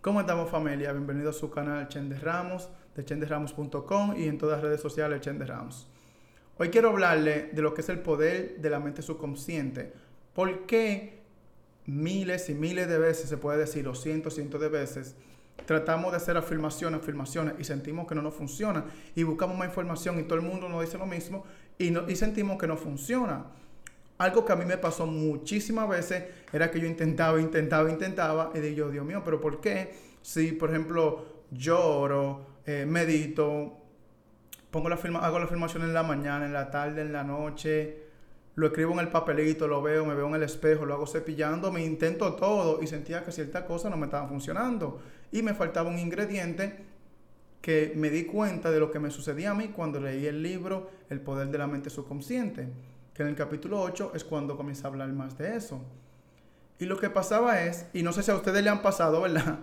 ¿Cómo estamos, familia? Bienvenidos a su canal Chen de Ramos, de chenderamos.com y en todas las redes sociales Chen de Ramos. Hoy quiero hablarle de lo que es el poder de la mente subconsciente. ¿Por qué miles y miles de veces, se puede decir, o cientos de veces, tratamos de hacer afirmaciones y sentimos que no nos funciona? Y buscamos más información y todo el mundo nos dice lo mismo y sentimos que no funciona. Algo que a mí me pasó muchísimas veces era que yo intentaba y digo, Dios mío, pero ¿por qué? Si, por ejemplo, lloro, medito, hago la afirmación en la mañana, en la tarde, en la noche, lo escribo en el papelito, lo veo, me veo en el espejo, lo hago cepillando, me intento todo y sentía que ciertas cosas no me estaban funcionando y me faltaba un ingrediente que me di cuenta de lo que me sucedía a mí cuando leí el libro El poder de la mente subconsciente, que en el capítulo 8 es cuando comienza a hablar más de eso. Y lo que pasaba es, y no sé si a ustedes le han pasado, ¿verdad?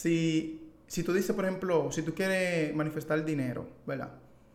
Si tú dices, por ejemplo, si tú quieres manifestar dinero, ¿verdad?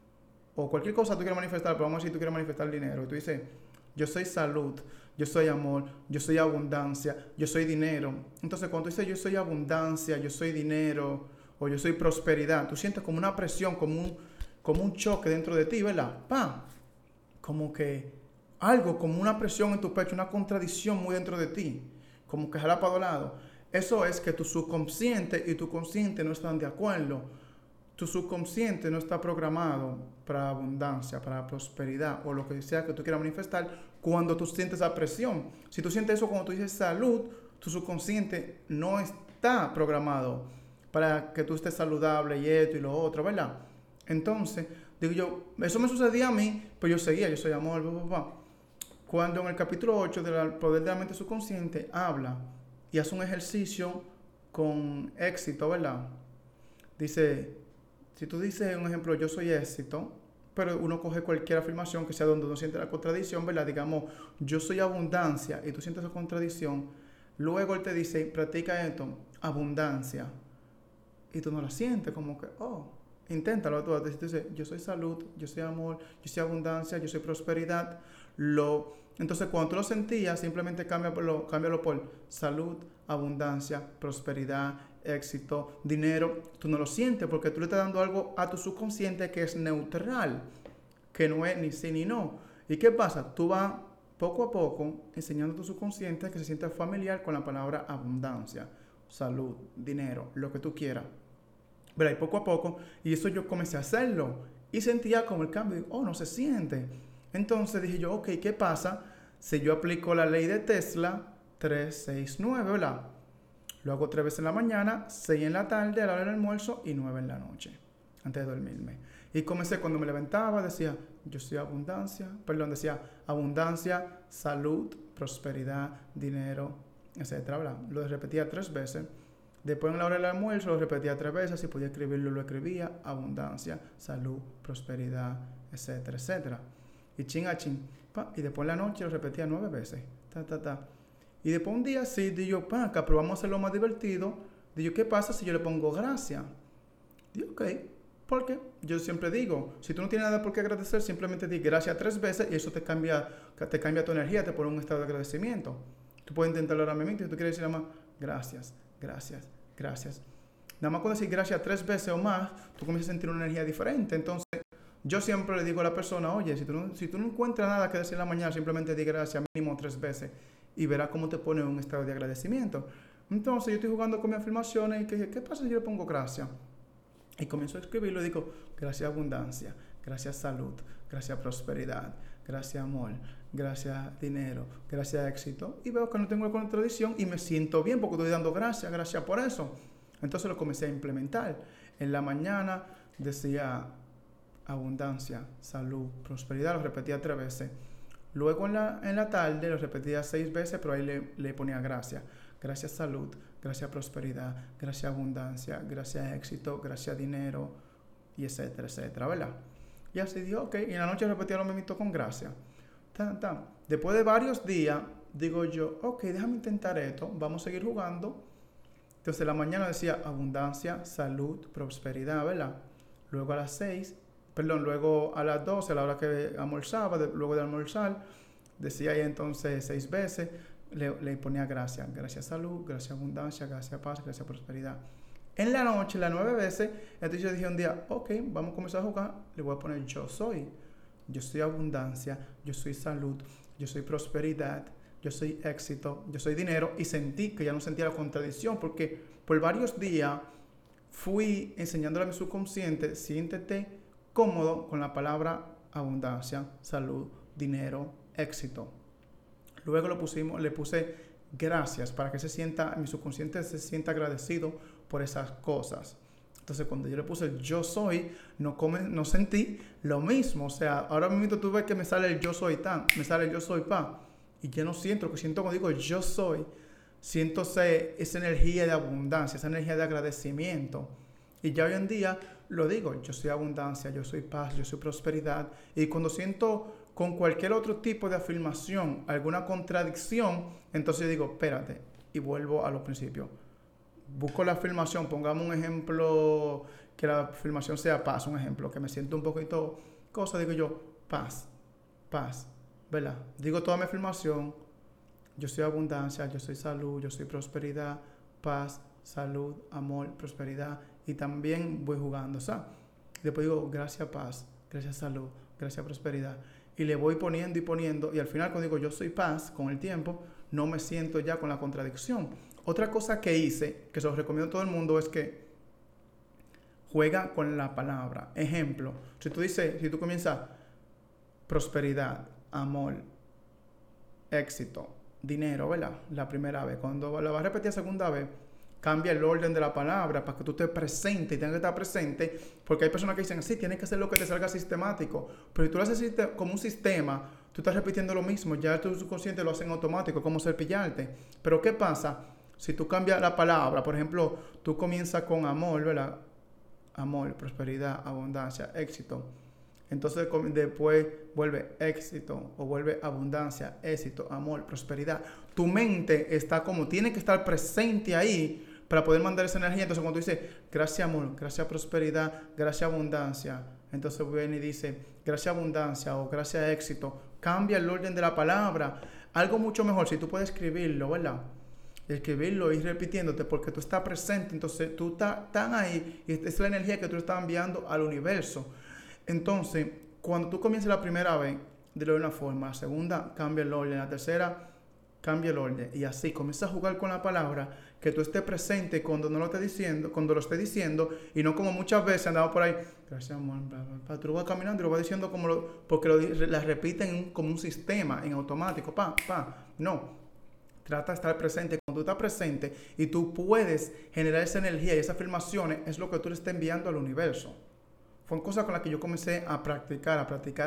O cualquier cosa tú quieres manifestar, pero vamos a decir tú quieres manifestar dinero, y tú dices, yo soy salud, yo soy amor, yo soy abundancia, yo soy dinero. Entonces cuando tú dices yo soy abundancia, yo soy dinero, o yo soy prosperidad, tú sientes como una presión, como un choque dentro de ti, ¿verdad? ¡Pam! Como que algo, como una presión en tu pecho, una contradicción muy dentro de ti, como que jala para dos lados. Eso es que tu subconsciente y tu consciente no están de acuerdo. Tu subconsciente no está programado para abundancia, para prosperidad o lo que sea que tú quieras manifestar cuando tú sientes esa presión. Si tú sientes eso cuando tú dices salud, tu subconsciente no está programado para que tú estés saludable y esto y lo otro, ¿verdad? Entonces, digo yo, eso me sucedía a mí, pues yo seguía, yo soy amor, bla, bla, bla. Cuando en el capítulo 8 del poder de la mente subconsciente habla y hace un ejercicio con éxito, ¿verdad? Dice, si tú dices un ejemplo, yo soy éxito, pero uno coge cualquier afirmación que sea donde uno siente la contradicción, ¿verdad? Digamos, yo soy abundancia y tú sientes esa contradicción, luego él te dice, practica esto, abundancia, y tú no la sientes, como que, inténtalo tú. Tú dices, yo soy salud, yo soy amor, yo soy abundancia, yo soy prosperidad. Entonces, cuando tú lo sentías, simplemente cámbialo por salud, abundancia, prosperidad, éxito, dinero. Tú no lo sientes porque tú le estás dando algo a tu subconsciente que es neutral, que no es ni sí ni no. ¿Y qué pasa? Tú vas poco a poco enseñando a tu subconsciente que se sienta familiar con la palabra abundancia, salud, dinero, lo que tú quieras. ¿Verdad? Y poco a poco, y eso yo comencé a hacerlo y sentía como el cambio, no se siente. Entonces dije yo, ok, ¿qué pasa si yo aplico la ley de Tesla 369, ¿verdad? Lo hago 3 veces en la mañana, 6 en la tarde, a la hora del almuerzo y 9 en la noche, antes de dormirme. Y comencé cuando me levantaba, decía abundancia, salud, prosperidad, dinero, etcétera, ¿verdad? Lo repetía 3 veces. Después en la hora del almuerzo lo repetía 3 veces, si podía escribirlo lo escribía, abundancia, salud, prosperidad, etcétera, etcétera. Y chin a chin, y después en la noche lo repetía 9 veces, Y después un día sí, digo, acá, pero vamos a hacerlo más divertido. Digo, ¿qué pasa si yo le pongo gracias? Digo, ok, porque yo siempre digo, si tú no tienes nada por qué agradecer, simplemente di gracias 3 veces y eso te cambia tu energía, te pone en un estado de agradecimiento. Tú puedes intentarlo ahora mismo, si tú quieres decir nada más, gracias, gracias, gracias. Nada más cuando decir gracias 3 veces o más, tú comienzas a sentir una energía diferente. Entonces, yo siempre le digo a la persona, oye, si tú no encuentras nada que decir en la mañana, simplemente di gracias mínimo 3 veces y verás cómo te pone en un estado de agradecimiento. Entonces, yo estoy jugando con mis afirmaciones y ¿qué pasa si yo le pongo gracias? Y comienzo a escribirlo y digo, gracias abundancia, gracias salud, gracias prosperidad, gracias amor, gracias dinero, gracias éxito. Y veo que no tengo contradicción y me siento bien porque estoy dando gracias por eso. Entonces lo comencé a implementar. En la mañana decía abundancia, salud, prosperidad, lo repetía 3 veces. Luego en la tarde lo repetía 6 veces, pero ahí le ponía gracias. Gracias salud, gracias prosperidad, gracias abundancia, gracias éxito, gracias dinero, y etcétera, etcétera, ¿verdad? Y así digo, ok, y en la noche repetía lo mismo con gracias. Después de varios días, digo yo, ok, déjame intentar esto, vamos a seguir jugando. Entonces en la mañana decía abundancia, salud, prosperidad, ¿verdad? Luego a las 12, a la hora que almorzaba, luego de almorzar, decía ahí entonces 6 veces, le ponía gracias salud, gracias abundancia, gracias paz, gracias prosperidad. En la noche, las 9 veces, entonces yo dije un día, ok, vamos a comenzar a jugar, le voy a poner yo soy. Yo soy abundancia, yo soy salud, yo soy prosperidad, yo soy éxito, yo soy dinero. Y sentí que ya no sentía la contradicción porque por varios días fui enseñándole a mi subconsciente, siéntete cómodo con la palabra abundancia, salud, dinero, éxito. Luego le puse gracias para que mi subconsciente se sienta agradecido por esas cosas. Entonces, cuando yo le puse el yo soy, no sentí lo mismo. O sea, ahora mismo tú ves que me sale el yo soy tan, me sale el yo soy pa. Y yo no siento, lo que siento cuando digo yo soy, siento esa energía de abundancia, esa energía de agradecimiento. Y ya hoy en día lo digo, yo soy abundancia, yo soy paz, yo soy prosperidad. Y cuando siento con cualquier otro tipo de afirmación alguna contradicción, entonces yo digo, espérate, y vuelvo a los principios. Busco la afirmación, pongamos un ejemplo, que la afirmación sea paz, un ejemplo, que me siento un poquito cosa, digo yo, paz, paz, ¿verdad? Digo toda mi afirmación, yo soy abundancia, yo soy salud, yo soy prosperidad, paz, salud, amor, prosperidad, y también voy jugando, ¿sabes? Después digo, gracias paz, gracias salud, gracias prosperidad, y le voy poniendo, y al final cuando digo yo soy paz, con el tiempo, no me siento ya con la contradicción. Otra cosa que hice, que se los recomiendo a todo el mundo, es que juega con la palabra. Ejemplo, si tú comienzas prosperidad, amor, éxito, dinero, ¿verdad? La primera vez. Cuando la vas a repetir la segunda vez, cambia el orden de la palabra para que tú estés presente y tengas que estar presente, porque hay personas que dicen, sí, tienes que hacer lo que te salga sistemático, pero si tú lo haces como un sistema, tú estás repitiendo lo mismo, ya tu subconsciente lo hace en automático, como cepillarte. Pero ¿qué pasa? Si tú cambias la palabra, por ejemplo, tú comienzas con amor, ¿verdad? Amor, prosperidad, abundancia, éxito. Entonces después vuelve éxito o vuelve abundancia, éxito, amor, prosperidad. Tu mente está tiene que estar presente ahí para poder mandar esa energía. Entonces cuando tú dices, gracias amor, gracias prosperidad, gracias abundancia, entonces viene y dice, gracias abundancia o gracias éxito, cambia el orden de la palabra. Algo mucho mejor, si tú puedes escribirlo, ¿verdad? Escribirlo y ir repitiéndote porque tú estás presente, entonces tú estás tan ahí y esta es la energía que tú estás enviando al universo. Entonces, cuando tú comienzas la primera vez, de una forma, la segunda cambia el orden, la tercera cambia el orden y así comienza a jugar con la palabra, que tú estés presente cuando no lo estés diciendo, cuando lo estés diciendo y no como muchas veces andamos por ahí, gracias amor, bla, bla, bla. Tú lo vas caminando y lo vas diciendo porque la repiten como un sistema en automático, no. Trata de estar presente. Cuando tú estás presente y tú puedes generar esa energía y esas afirmaciones, es lo que tú le estás enviando al universo. Fue una cosa con la que yo comencé a practicar.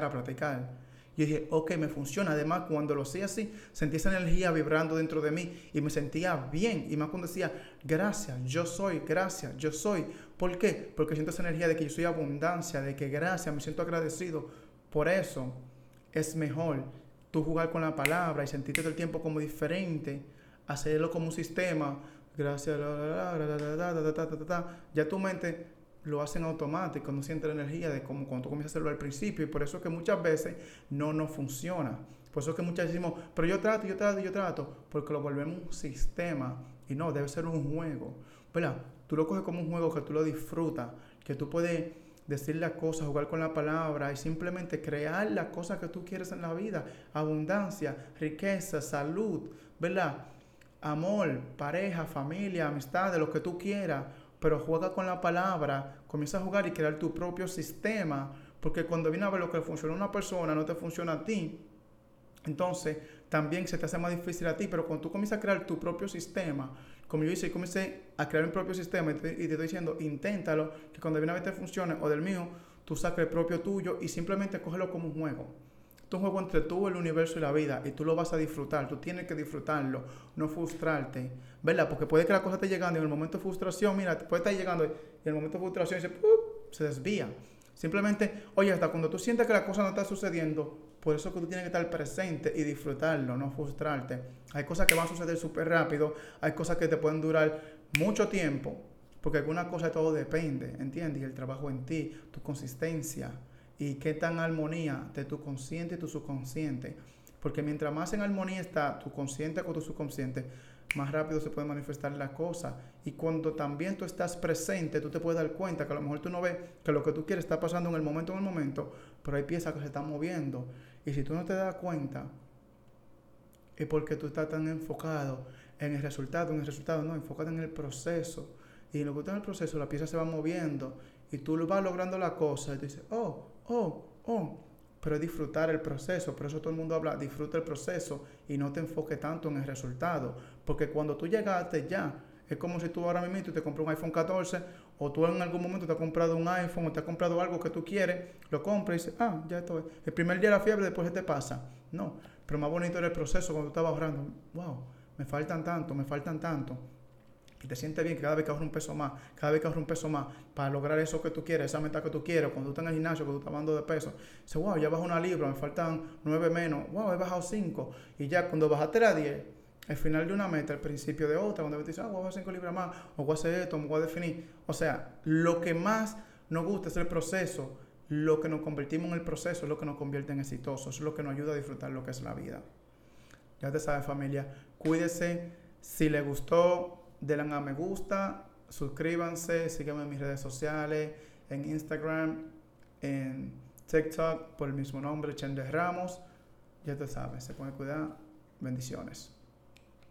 Y dije, ok, me funciona. Además, cuando lo hacía así, sentí esa energía vibrando dentro de mí y me sentía bien. Y más cuando decía, gracias, yo soy, gracias, yo soy. ¿Por qué? Porque siento esa energía de que yo soy abundancia, de que gracias, me siento agradecido. Por eso es mejor tú jugar con la palabra y sentirte todo el tiempo como diferente, hacerlo como un sistema, gracias, ya tu mente lo hace en automático, no siente la energía de como cuando tú comienzas a hacerlo al principio, y por eso es que muchas veces no funciona. Por eso es que muchas veces decimos, pero yo trato, porque lo volvemos un sistema, y no, debe ser un juego, ¿verdad? Tú lo coges como un juego que tú lo disfrutas, que tú puedes decir las cosas, jugar con la palabra y simplemente crear las cosas que tú quieres en la vida. Abundancia, riqueza, salud, ¿verdad? Amor, pareja, familia, amistad, de lo que tú quieras. Pero juega con la palabra, comienza a jugar y crear tu propio sistema. Porque cuando viene a ver lo que le funciona a una persona, no te funciona a ti. Entonces, también se te hace más difícil a ti, pero cuando tú comienzas a crear tu propio sistema, como yo hice, yo comencé a crear mi propio sistema y te estoy diciendo, inténtalo, que cuando viene a ver te funcione, o del mío, tú saques el propio tuyo y simplemente cógelo como un juego. Esto es un juego entre tú, el universo y la vida, y tú lo vas a disfrutar, tú tienes que disfrutarlo, no frustrarte, ¿verdad? Porque puede que la cosa esté llegando y en el momento de frustración, mira, puede estar llegando y en el momento de frustración se desvía. Simplemente, oye, hasta cuando tú sientes que la cosa no está sucediendo, por eso que tú tienes que estar presente y disfrutarlo, no frustrarte. Hay cosas que van a suceder súper rápido, hay cosas que te pueden durar mucho tiempo, porque alguna cosa de todo depende, ¿entiendes? Y el trabajo en ti, tu consistencia y qué tan armonía de tu consciente y tu subconsciente. Porque mientras más en armonía está tu consciente con tu subconsciente, más rápido se puede manifestar la cosa. Y cuando también tú estás presente, tú te puedes dar cuenta que a lo mejor tú no ves que lo que tú quieres está pasando en el momento, pero hay piezas que se están moviendo. Y si tú no te das cuenta, es porque tú estás tan enfocado en el resultado, no, enfócate en el proceso. Y en lo que está en el proceso, la pieza se va moviendo y tú vas logrando la cosa y tú dices, pero es disfrutar el proceso. Por eso todo el mundo habla, disfruta el proceso y no te enfoques tanto en el resultado. Porque cuando tú llegaste ya, es como si tú ahora mismo te compras un iPhone 14 o tú en algún momento te has comprado un iPhone o te has comprado algo que tú quieres, lo compras y dices, ya esto es. El primer día la fiebre, después se te pasa. No, pero más bonito era el proceso cuando tú estabas ahorrando. Wow, me faltan tanto. Y te sientes bien que cada vez que ahorras un peso más, para lograr eso que tú quieres, esa meta que tú quieres, cuando tú estás en el gimnasio, que tú estás bajando de peso, dices, wow, ya bajé 1 libra, me faltan 9 menos, wow, he bajado 5. Y ya cuando bajaste a 10, el final de una meta, el principio de otra, cuando te dices, voy a bajar 5 libras más, o voy a hacer esto, me voy a definir. O sea, lo que más nos gusta es el proceso, lo que nos convertimos en el proceso es lo que nos convierte en exitosos, es lo que nos ayuda a disfrutar lo que es la vida. Ya te sabes, familia, cuídese. Si les gustó, denle a me gusta, suscríbanse, síganme en mis redes sociales, en Instagram, en TikTok, por el mismo nombre, Chende Ramos. Ya te sabes, se pueden cuidar. Bendiciones.